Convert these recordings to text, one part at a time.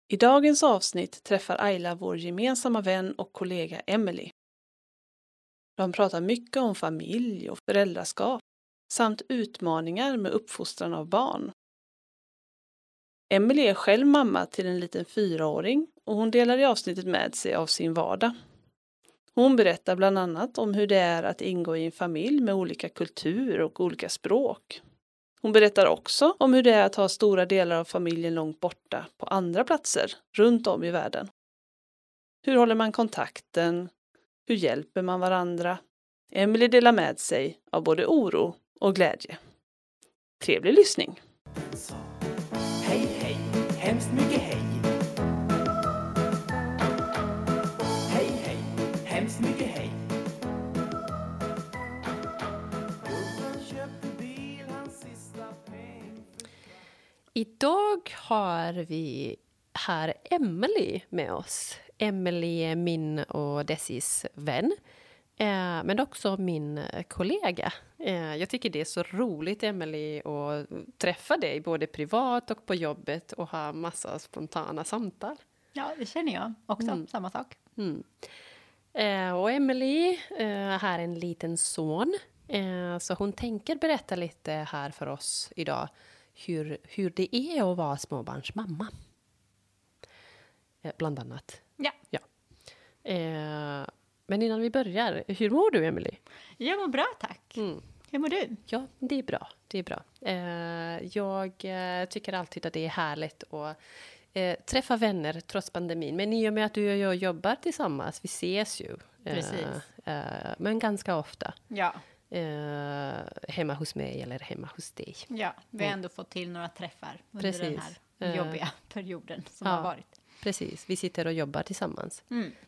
I dagens avsnitt träffar Ayla vår gemensamma vän och kollega Emily. De pratar mycket om familj och föräldraskap samt utmaningar med uppfostran av barn. Emily är själv mamma till en liten 4-åring och hon delar i avsnittet med sig av sin vardag. Hon berättar bland annat om hur det är att ingå i en familj med olika kultur och olika språk. Hon berättar också om hur det är att ha stora delar av familjen långt borta på andra platser runt om i världen. Hur håller man kontakten? Hur hjälper man varandra? Emily delar med sig av både oro och glädje. Trevlig lyssning! Hej, hej, hemskt mycket hej. Hej, hej, hemskt mycket hej. Gubben köpte bil, hans sista peng. Idag har vi här Emily med oss. Emily är min och Desis vän, men också min kollega. Jag tycker det är så roligt, Emily, att träffa dig både privat och på jobbet och ha massa spontana samtal. Ja, det känner jag också. Samma sak. Och Emily har en liten son, så hon tänker berätta lite här för oss idag hur det är att vara småbarnsmamma. Bland annat. Ja. Men innan vi börjar, hur mår du, Emily? Jag mår bra, tack. Hur mår du? Ja, det är bra. Jag tycker alltid att det är härligt att träffa vänner trots pandemin. Men i och med att du och jag jobbar tillsammans, vi ses ju. Precis. Men ganska ofta. Ja. Hemma hos mig eller hemma hos dig. Ja, vi har ändå fått till några träffar under den här jobbiga perioden som har varit. Precis, vi sitter och jobbar tillsammans.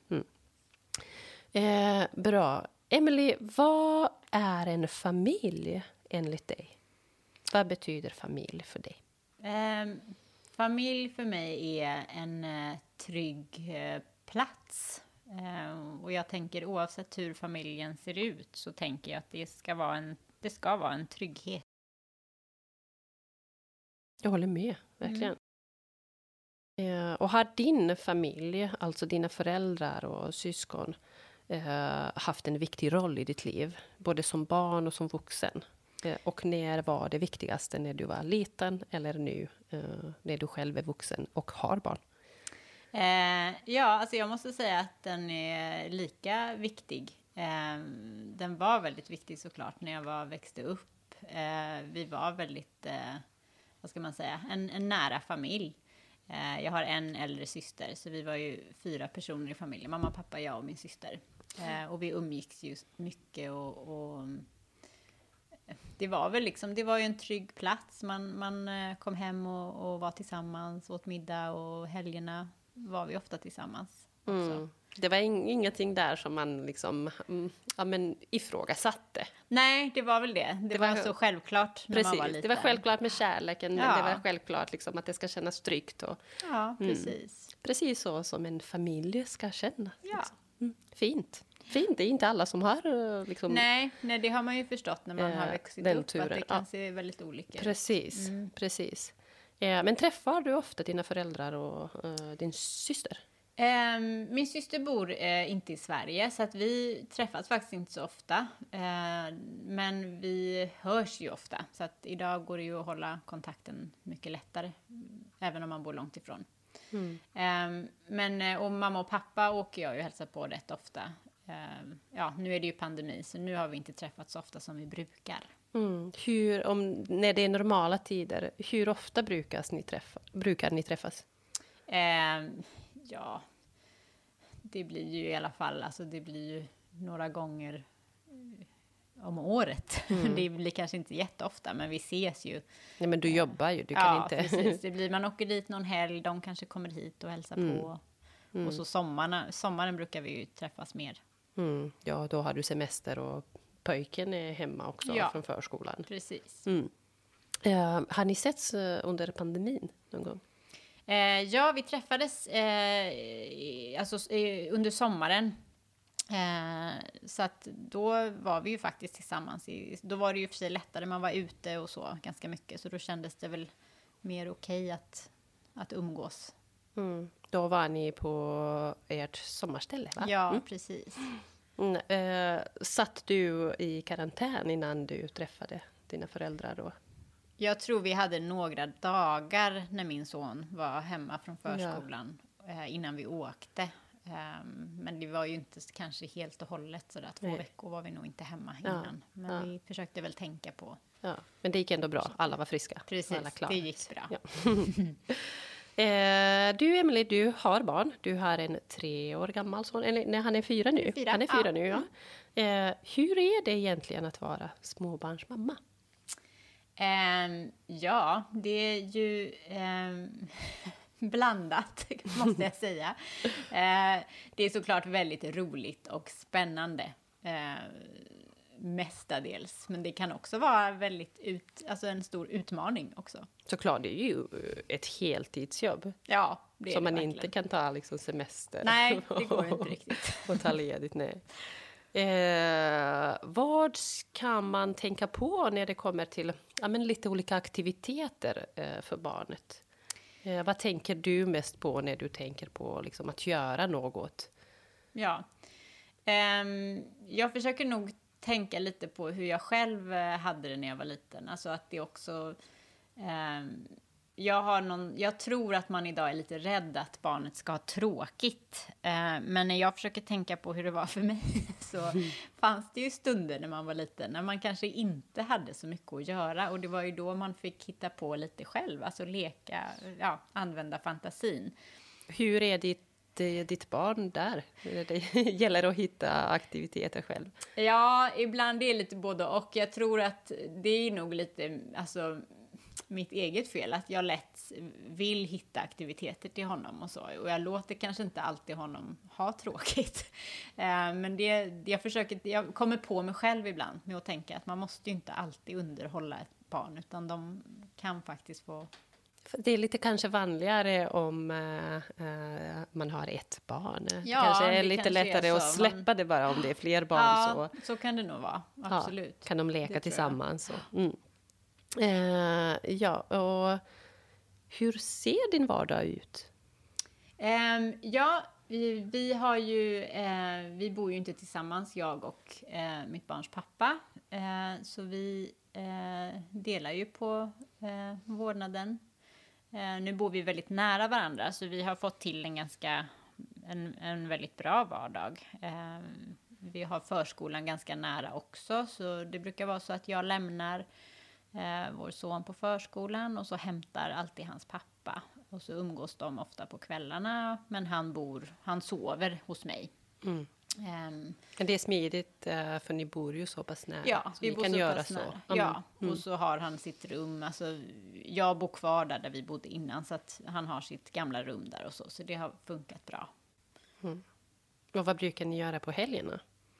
Bra. Emily, vad är en familj enligt dig? Vad betyder familj för dig? Familj för mig är en trygg plats. Och jag tänker oavsett hur familjen ser ut så tänker jag att det ska vara en trygghet. Jag håller med, verkligen. Och har din familj, alltså dina föräldrar och syskon, haft en viktig roll i ditt liv? Både som barn och som vuxen? Och när var det viktigaste? När du var liten eller nu när du själv är vuxen och har barn? Ja, alltså jag måste säga att den är lika viktig. Den var väldigt viktig såklart när jag växte upp. Vi var väldigt, vad ska man säga, en nära familj. Jag har en äldre syster, så vi var ju 4 personer i familjen. Mamma, pappa, jag och min syster. Och vi umgicks ju mycket och det var väl liksom, det var ju en trygg plats. Man kom hem och var tillsammans, åt middag och helgerna var vi ofta tillsammans också. Det var ingenting där som man liksom ifrågasatte. Nej, det var väl det. Det var så självklart när man var liten. Det var självklart med kärleken. Ja. Det var självklart liksom att det ska kännas tryggt. Ja, precis. Precis så som en familj ska känna. Ja. Liksom. Fint. Det är inte alla som har liksom... Nej, det har man ju förstått när man har växt upp. turen. Att det kan se väldigt olika ut. Precis. Men träffar du ofta dina föräldrar och din syster? Min syster bor inte i Sverige så att vi träffas faktiskt inte så ofta. Men vi hörs ju ofta. Så att idag går det ju att hålla kontakten mycket lättare. Även om man bor långt ifrån. Men och mamma och pappa åker jag ju hälsa på rätt ofta. Nu är det ju pandemi så nu har vi inte träffats så ofta som vi brukar. När det är normala tider, hur ofta brukar ni träffas? Ja, det blir ju i alla fall, alltså det blir ju några gånger om året. Det blir kanske inte jätteofta, men vi ses ju. Nej, men du jobbar ju, du kan inte... precis. Man åker dit någon helg, de kanske kommer hit och hälsar på. Och så sommaren brukar vi ju träffas mer. Ja, då har du semester och pojken är hemma också från förskolan. Precis. Har ni setts under pandemin någon gång? Ja, vi träffades under sommaren. Så att då var vi ju faktiskt tillsammans. Då var det ju för sig lättare, man var ute och så ganska mycket. Så då kändes det väl mer okej att umgås Då var ni på ert sommarställe, va? Ja, precis. Satt du i karantän innan du träffade dina föräldrar då? Jag tror vi hade några dagar när min son var hemma från förskolan innan vi åkte. Men det var ju inte kanske helt och hållet så där 2 veckor var vi nog inte hemma innan. Men vi försökte väl tänka på. Ja, men det gick ändå bra. Alla var friska. Precis, alla det gick bra. Ja. Du, Emily, du har barn. Du har en 3 år gammal son. Eller, nej, han är 4 nu. 4. Han är 4 nu, ja. Hur är det egentligen att vara småbarnsmamma? Ja, det är ju blandat, måste jag säga. Det är såklart väldigt roligt och spännande. Mestadels. Men det kan också vara väldigt en stor utmaning också. Såklart, det är ju ett heltidsjobb. Ja, det är som det man verkligen. inte kan ta liksom semester. Nej, det går inte riktigt. Och ta ledigt, nej. Vad kan man tänka på när det kommer till lite olika aktiviteter för barnet? Vad tänker du mest på när du tänker på liksom, att göra något? Ja, jag försöker nog tänka lite på hur jag själv hade det när jag var liten. Alltså att det också... jag tror att man idag är lite rädd att barnet ska ha tråkigt. Men när jag försöker tänka på hur det var för mig så fanns det ju stunder när man var liten när man kanske inte hade så mycket att göra. Och det var ju då man fick hitta på lite själv. Alltså leka, använda fantasin. Hur är ditt barn där? Det gäller att hitta aktiviteter själv. Ja, ibland är det lite både och. Jag tror att det är nog lite mitt eget fel. Att jag lätt vill hitta aktiviteter till honom och så. Och jag låter kanske inte alltid honom ha tråkigt. Men jag kommer på mig själv ibland med att tänka att man måste ju inte alltid underhålla ett barn. Utan de kan faktiskt få... Det är lite kanske vanligare om man har ett barn. Ja, kanske är det lite kanske lättare är så. att släppa det bara om det är fler barn. Så kan det nog vara. Absolut. Ja, kan de leka Det tillsammans. Och hur ser din vardag ut? Vi har ju... vi bor ju inte tillsammans, jag och mitt barns pappa. Så vi delar ju på vårdnaden. Nu bor vi väldigt nära varandra så vi har fått till en väldigt bra vardag. Vi har förskolan ganska nära också så det brukar vara så att jag lämnar vår son på förskolan och så hämtar alltid hans pappa. Och så umgås de ofta på kvällarna men han sover hos mig. Det är smidigt för ni bor ju så pass nära. Ja, så vi ni bor kan så göra pass så. nära. Ja, och så har han sitt rum. Alltså, jag bor kvar där vi bodde innan så att han har sitt gamla rum där och så. Så det har funkat bra. Och vad brukar ni göra på helgerna?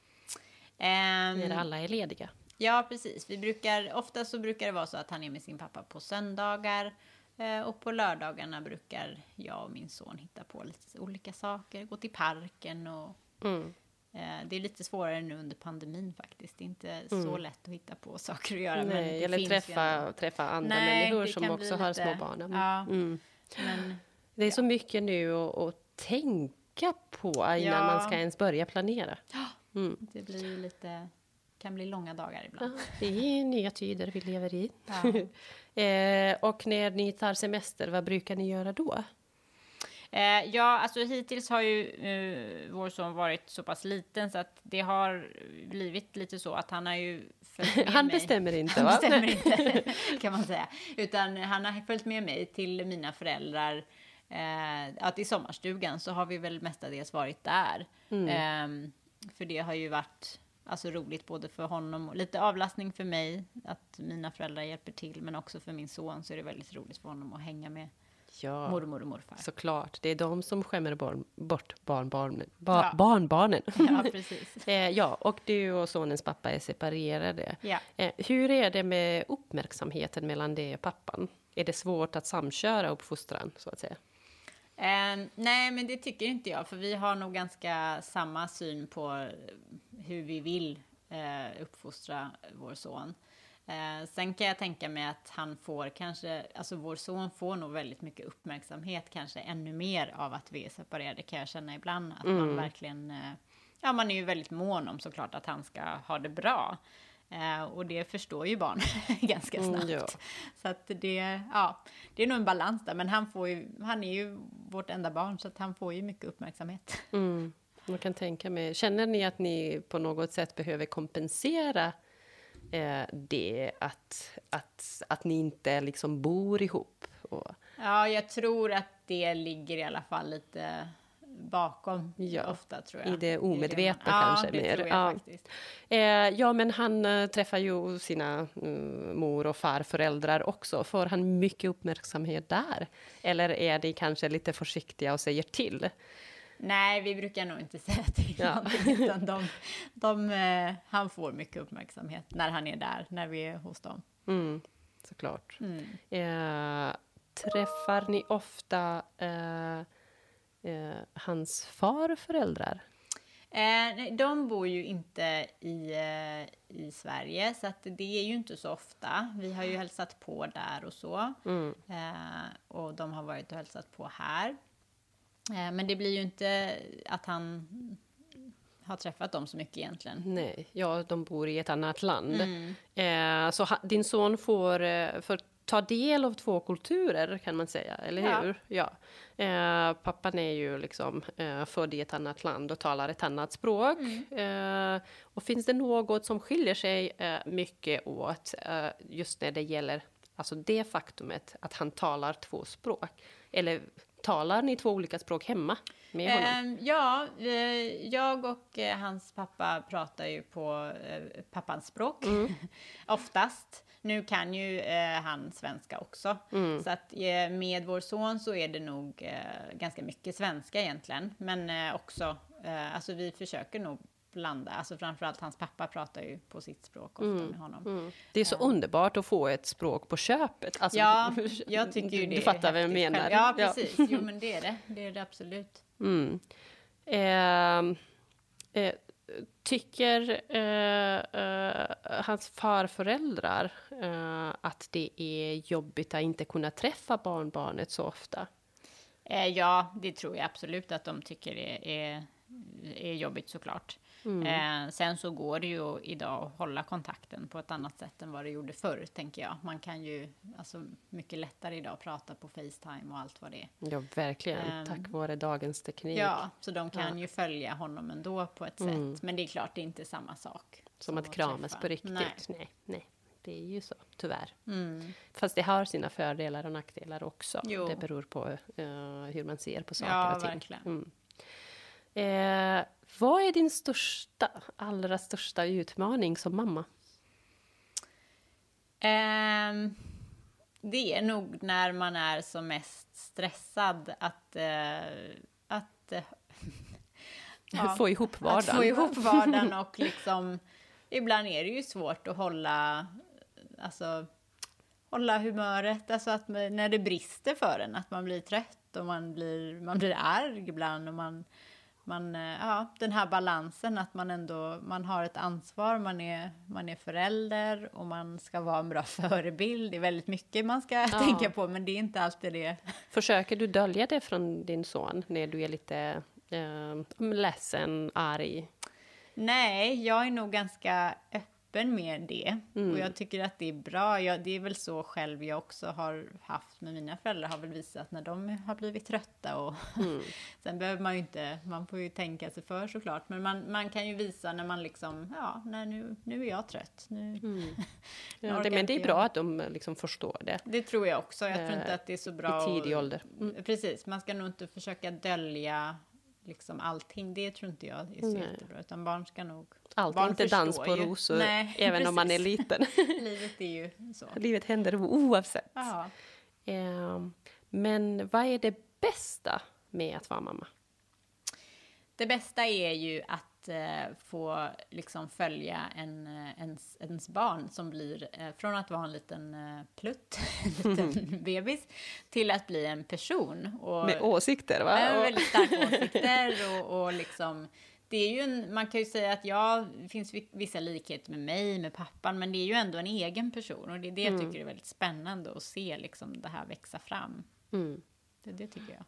När alla är lediga? Ja, precis. Ofta så brukar det vara så att han är med sin pappa på söndagar. Och på lördagarna brukar jag och min son hitta på lite olika saker. Gå till parken och... Det är lite svårare nu under pandemin faktiskt. Det är inte så lätt att hitta på saker att göra. Nej, men det eller träffa andra människor som också har små barn. Men, det är så mycket nu att tänka på innan man ska ens börja planera. Det blir kan bli långa dagar ibland. Ja, det är nya tider vi lever i. Ja. Och när ni tar semester, vad brukar ni göra då? Alltså hittills har ju vår son varit så pass liten så att det har blivit lite så att han har ju följt med Han mig. bestämmer inte, va? Han bestämmer inte, kan man säga. Utan han har följt med mig till mina föräldrar. Att i sommarstugan så har vi väl mestadels varit där. För det har ju varit roligt både för honom och lite avlastning för mig. Att mina föräldrar hjälper till. Men också för min son så är det väldigt roligt för honom att hänga med. Ja, mormor och morfar. Såklart. Det är de som skämmer bort barnbarnen. Ja, precis. Och du och sonens pappa är separerade. Ja. Hur är det med uppmärksamheten mellan dig och pappan? Är det svårt att samköra uppfostran, så att säga? Nej, men det tycker inte jag. För vi har nog ganska samma syn på hur vi vill uppfostra vår son. Sen kan jag tänka mig att han får kanske, alltså vår son får nog väldigt mycket uppmärksamhet, kanske ännu mer av att vi är separerade, kan jag känna ibland. Att man verkligen, man är ju väldigt mån om såklart att han ska ha det bra. Och det förstår ju barn ganska snabbt. Ja. Så att det är nog en balans där. Men han är ju vårt enda barn, så att han får ju mycket uppmärksamhet. Man kan tänka mig, känner ni att ni på något sätt behöver kompensera det att ni inte liksom bor ihop? Ja, jag tror att det ligger i alla fall lite bakom ofta, tror jag. I det omedvetna kanske. Det mer. Tror jag faktiskt. Men han träffar ju sina mor- och farföräldrar också. Får han mycket uppmärksamhet där? Eller är de kanske lite försiktiga och säger till? Nej, vi brukar nog inte säga till någonting, utan han får mycket uppmärksamhet när han är där, när vi är hos dem. Såklart. Träffar ni ofta hans farföräldrar? Nej, de bor ju inte i Sverige, så att det är ju inte så ofta. Vi har ju hälsat på där och så. Och de har varit och hälsat på här. Men det blir ju inte att han har träffat dem så mycket egentligen. Nej, de bor i ett annat land. Så din son får ta del av 2 kulturer, kan man säga, eller hur? Ja. Pappan är ju liksom född i ett annat land och talar ett annat språk. Och finns det något som skiljer sig mycket åt just när det gäller alltså det faktumet att han talar 2 språk? Eller talar ni 2 olika språk hemma med honom? Jag och hans pappa pratar ju på pappans språk oftast. Nu kan ju han svenska också. Så att med vår son så är det nog ganska mycket svenska egentligen. Men också, alltså vi försöker nog blanda. Alltså framförallt hans pappa pratar ju på sitt språk ofta med honom. Det är så underbart att få ett språk på köpet. Alltså, jag tycker ju det. Du fattar vad jag menar. Själv. Ja, precis. Jo, men det är det. Det är det absolut. Tycker hans farföräldrar att det är jobbigt att inte kunna träffa barnbarnet så ofta? Ja, det tror jag absolut att de tycker är jobbigt, såklart. Sen så går det ju idag att hålla kontakten på ett annat sätt än vad det gjorde förr, tänker jag. Man kan ju mycket lättare idag prata på FaceTime och allt vad det är. Ja, verkligen. Tack vare dagens teknik. Ja, så de kan ju följa honom ändå på ett sätt. Men det är klart, det är inte samma sak. Som att kramas på riktigt. Nej. Det är ju så, tyvärr. Fast det har sina fördelar och nackdelar också. Jo. Det beror på hur man ser på saker och ting. Verkligen. Vad är din allra största utmaning som mamma? Det är nog när man är som mest stressad att få ihop vardagen. Att få ihop vardagen och liksom, ibland är det ju svårt att hålla humöret, alltså att när det brister för en, att man blir trött och man blir arg ibland, och den här balansen att man har ett ansvar, man är förälder och man ska vara en bra förebild. Det är väldigt mycket man ska tänka på, men det är inte alltid det. Försöker du dölja det från din son när du är lite ledsen, arg? Nej, jag är nog ganska öppen med det. Och jag tycker att det är bra. Det är väl så själv jag också har haft med mina föräldrar. Har väl visat när de har blivit trötta. Och sen behöver man ju inte, man får ju tänka sig för såklart. Men man kan ju visa när man liksom, nu är jag trött. Men det är bra att de liksom förstår det. Det tror jag också. Jag tror inte att det är så bra. I tidig ålder. Precis, man ska nog inte försöka dölja liksom allting. Det tror inte jag är så jättebra. Utan barn ska nog... Allt är inte dans på rosor, även precis. Om man är liten. Livet är ju så. Livet händer oavsett. Men vad är det bästa med att vara mamma? Det bästa är ju att få liksom följa ens barn som blir, från att vara en liten plutt, en liten bebis, till att bli en person. Och, med åsikter, va? Med väldigt starka åsikter och liksom det är ju man kan ju säga att det finns vissa likheter med mig, med pappan, men det är ju ändå en egen person. Och det är det jag tycker är väldigt spännande att se liksom det här växa fram. Det tycker jag.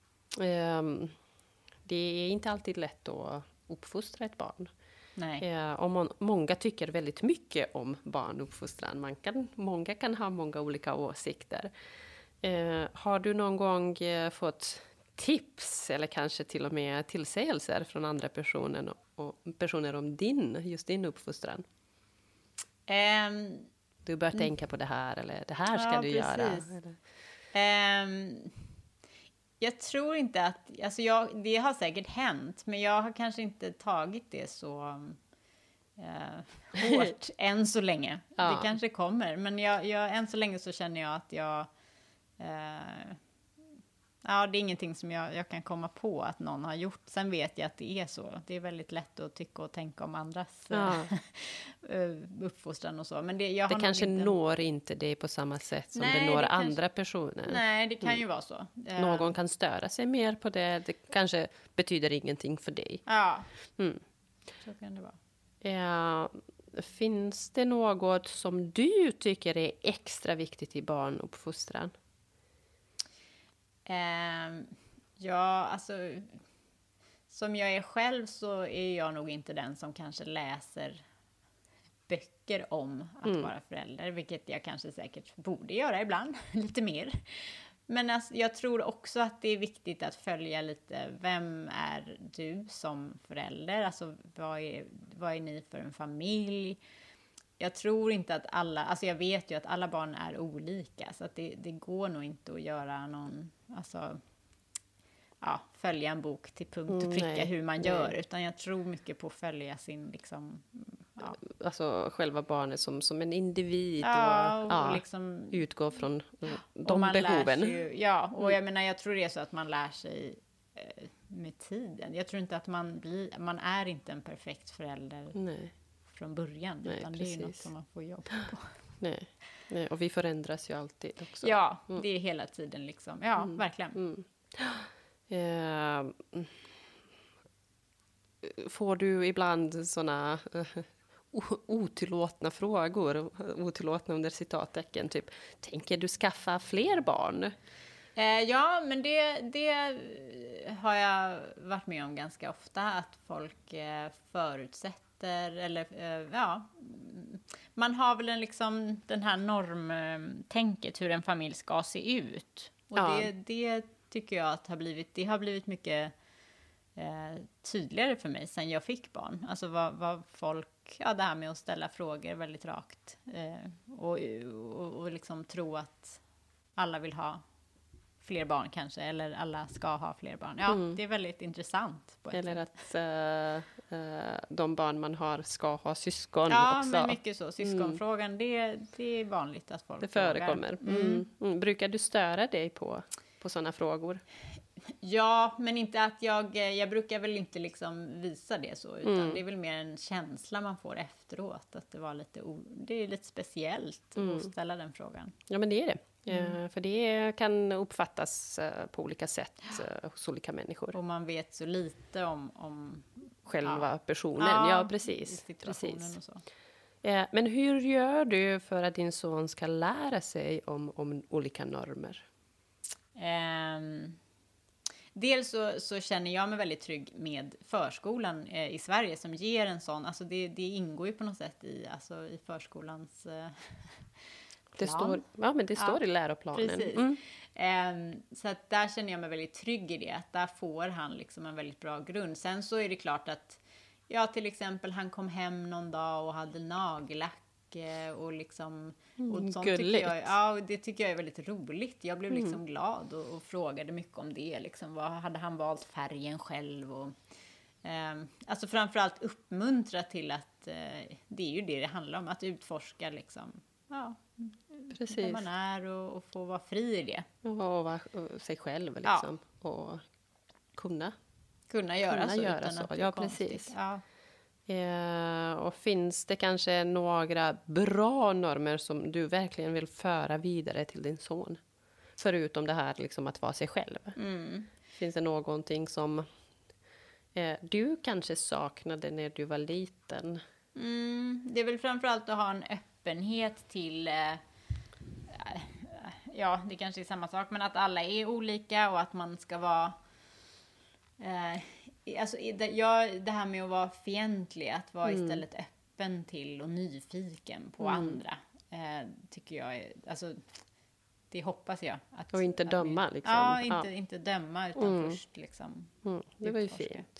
Det är inte alltid lätt att uppfostra ett barn. Nej. Och många tycker väldigt mycket om barnuppfostran. Många kan ha många olika åsikter. Har du någon gång fått tips eller kanske till och med tillsägelser från andra personer om just din uppfostran? Du bör tänka på det här, eller det här ska du göra. Jag tror inte att, alltså det har säkert hänt, men jag har kanske inte tagit det så hårt än så länge. Ja. Det kanske kommer, men än så länge så känner jag att det är ingenting som jag kan komma på att någon har gjort. Sen vet jag att det är så. Det är väldigt lätt att tycka och tänka om andras uppfostran och så. Men det kanske når inte det på samma sätt som det når andra personer. Nej, det kan ju vara så. Någon kan störa sig mer på det. Det kanske betyder ingenting för dig. Ja, så kan det vara. Finns det något som du tycker är extra viktigt i barnuppfostran? Alltså som jag är själv så är jag nog inte den som kanske läser böcker om att vara förälder, vilket jag kanske säkert borde göra ibland, lite mer. Men alltså, jag tror också att det är viktigt att följa lite, vem är du som förälder? Alltså vad är ni för en familj? Jag tror inte att jag vet ju att alla barn är olika, så att det går nog inte att göra någon, följa en bok till punkt och pricka hur man gör, utan jag tror mycket på att följa sin liksom, alltså själva barnet som en individ och liksom, utgå från de behoven. Och jag menar, jag tror det är så att man lär sig med tiden. Jag tror inte att man är inte en perfekt förälder. Nej. Från början, utan det är något som man får jobba på. Nej, och vi förändras ju alltid också. Ja, det är hela tiden liksom. Ja, verkligen. Får du ibland såna otillåtna frågor, otillåtna under citattecken, typ, tänker du skaffa fler barn? Ja, men det har jag varit med om ganska ofta, att folk förutsätter, eller man har väl den här normtänket hur en familj ska se ut, och det tycker jag att det har blivit mycket tydligare för mig sen jag fick barn. Alltså vad folk, det här med att ställa frågor väldigt rakt och liksom tro att alla vill ha fler barn kanske, eller alla ska ha fler barn. Ja, det är väldigt intressant på ett eller sätt. Att de barn man har ska ha syskon också. Ja, men mycket så. Syskonfrågan, det är vanligt att folk det förekommer. Brukar du störa dig på sådana frågor? Ja, men inte att jag brukar väl inte liksom visa det så, utan det är väl mer en känsla man får efteråt, att det var det är lite speciellt att ställa den frågan. Ja, men det är det. För det kan uppfattas på olika sätt hos olika människor. Och man vet så lite om själva personen. Ja, precis. Situationen och så. Men hur gör du för att din son ska lära sig om olika normer? Dels så känner jag mig väldigt trygg med förskolan i Sverige, som ger en sån, alltså det ingår ju på något sätt i förskolans plan. Det står i läroplanen. Precis. Så att där känner jag mig väldigt trygg i det, att där får han liksom en väldigt bra grund. Sen så är det klart att till exempel han kom hem någon dag och hade nagellack och liksom och sånt det tycker jag är väldigt roligt. Jag blev liksom glad och frågade mycket om det liksom, vad hade han valt färgen själv, och alltså framförallt uppmuntra till att det är ju det handlar om, att utforska liksom precis. Där man är och få vara fri i det. Och vara sig själv liksom, och kunna göra så utan att det är ja, konstigt. Precis. Och finns det kanske några bra normer som du verkligen vill föra vidare till din son? Förutom det här liksom att vara sig själv. Finns det någonting som du kanske saknade när du var liten? Det är väl framförallt att ha en öppenhet till, ja det kanske är samma sak, men att alla är olika och att man ska vara, alltså det här med att vara fientlig, att vara istället öppen till och nyfiken på andra, tycker jag är, alltså det hoppas jag. Och inte döma liksom. Ja, inte döma utan först liksom. Det var ju fint.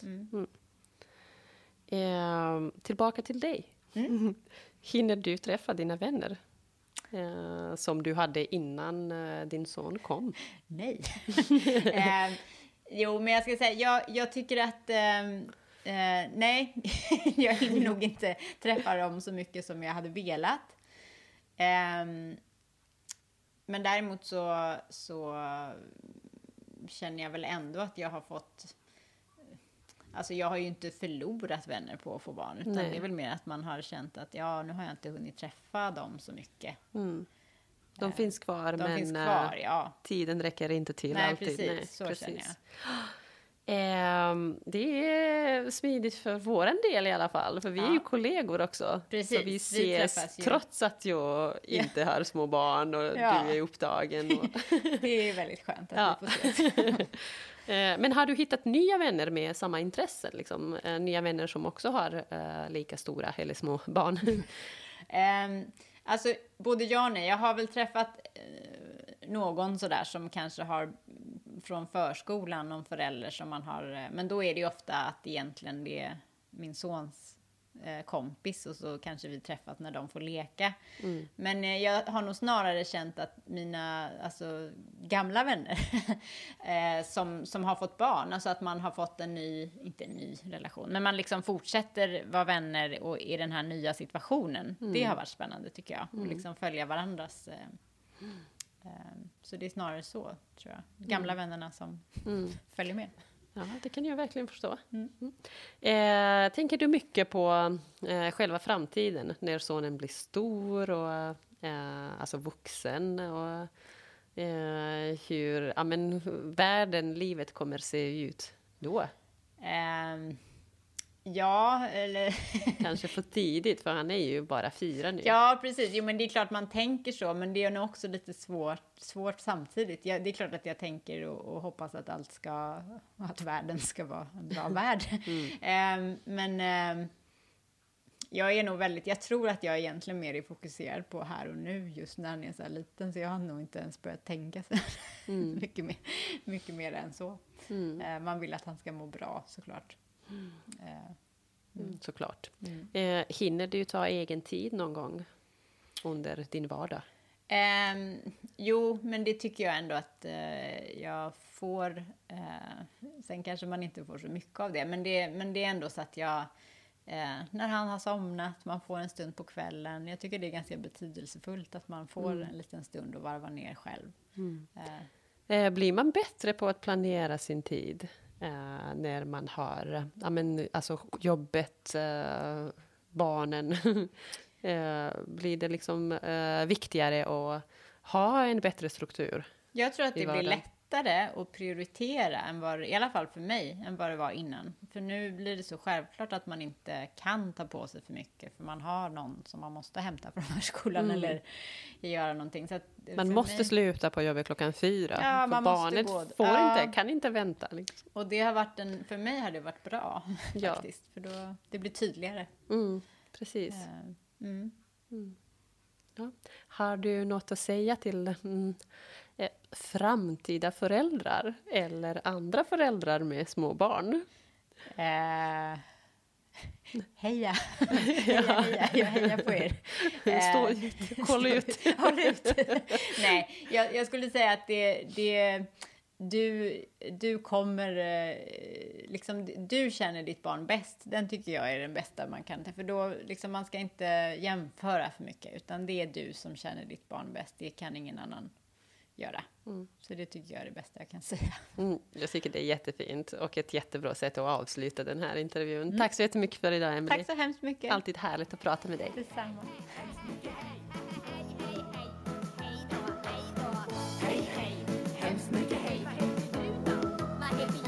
Tillbaka till dig. Hinner du träffa dina vänner? Som du hade innan din son kom? Nej. Jo, men jag ska säga, jag tycker att nej, jag hinner nog inte träffa dem så mycket som jag hade velat. Men däremot så känner jag väl ändå att jag har fått, alltså jag har ju inte förlorat vänner på att få barn, utan det är väl mer att man har känt att ja, nu har jag inte hunnit träffa dem så mycket. De finns kvar, men finns kvar, ja. Tiden räcker inte till. Nej, alltid. precis, så känner jag. Det är smidigt för våran del i alla fall, för vi är ju kollegor också. Precis, så vi ses trots att jag inte har små barn och du är upptagen. Och det är väldigt skönt att vi får ses. Men har du hittat nya vänner med samma intressen? Liksom? Nya vänner som också har lika stora eller små barn? Alltså, både ja och nej. Jag har väl träffat någon sådär som kanske har från förskolan, någon förälder som man har, men då är det ju ofta att egentligen det är min sons kompis och så kanske vi träffat när de får leka. Men jag har nog snarare känt att mina gamla vänner som har fått barn, alltså att man har fått inte en ny relation, men man liksom fortsätter vara vänner och i den här nya situationen. Det har varit spännande tycker jag, och liksom följa varandras så det är snarare så, tror jag. Gamla vännerna som följer med. Ja, det kan jag verkligen förstå. Tänker du mycket på själva framtiden när sonen blir stor och alltså vuxen och hur världen, livet kommer se ut då? Ja, eller... Kanske för tidigt, för han är ju bara 4 nu. Ja, precis. Jo, men det är klart man tänker så, men det är nog också lite svårt samtidigt. Det är klart att jag tänker och hoppas att att världen ska vara en bra värld. Men jag är nog jag tror att jag egentligen mer är fokuserad på här och nu just när han är så här liten, så jag har nog inte ens börjat tänka så mycket mer än så. Man vill att han ska må bra, såklart. Såklart. Hinner du ta egen tid någon gång under din vardag? Jo, men det tycker jag ändå att jag får. Sen kanske man inte får så mycket av det, men det är ändå så att jag när han har somnat, man får en stund på kvällen. Jag tycker det är ganska betydelsefullt att man får en liten stund att varva ner själv. Blir man bättre på att planera sin tid när man har jobbet, barnen? Blir det liksom viktigare att ha en bättre struktur? Jag tror att det blir lättare att prioritera i alla fall för mig, än vad det var innan. För nu blir det så självklart att man inte kan ta på sig för mycket, för man har någon som man måste hämta från förskolan eller göra någonting. Så att man måste sluta på jobbet 4:00. Ja, för barnet kan inte vänta. Liksom. Och det har varit för mig har det varit bra faktiskt, för då det blir tydligare. Precis. Ja. Har du något att säga till framtida föräldrar eller andra föräldrar med små barn? Heja! Jag hejar på er. Håll ut. Håll ut. Nej, jag skulle säga att du kommer liksom, du känner ditt barn bäst. Den tycker jag är den bästa man kan. För då liksom, man ska inte jämföra för mycket, utan det är du som känner ditt barn bäst. Det kan ingen annan göra. Så det tycker jag är det bästa jag kan säga. Jag tycker det är jättefint och ett jättebra sätt att avsluta den här intervjun. Tack så jättemycket för idag, Emelie. Tack så hemskt mycket. Alltid härligt att prata med dig. Detsamma. Hej, hej, hemskt mycket hej.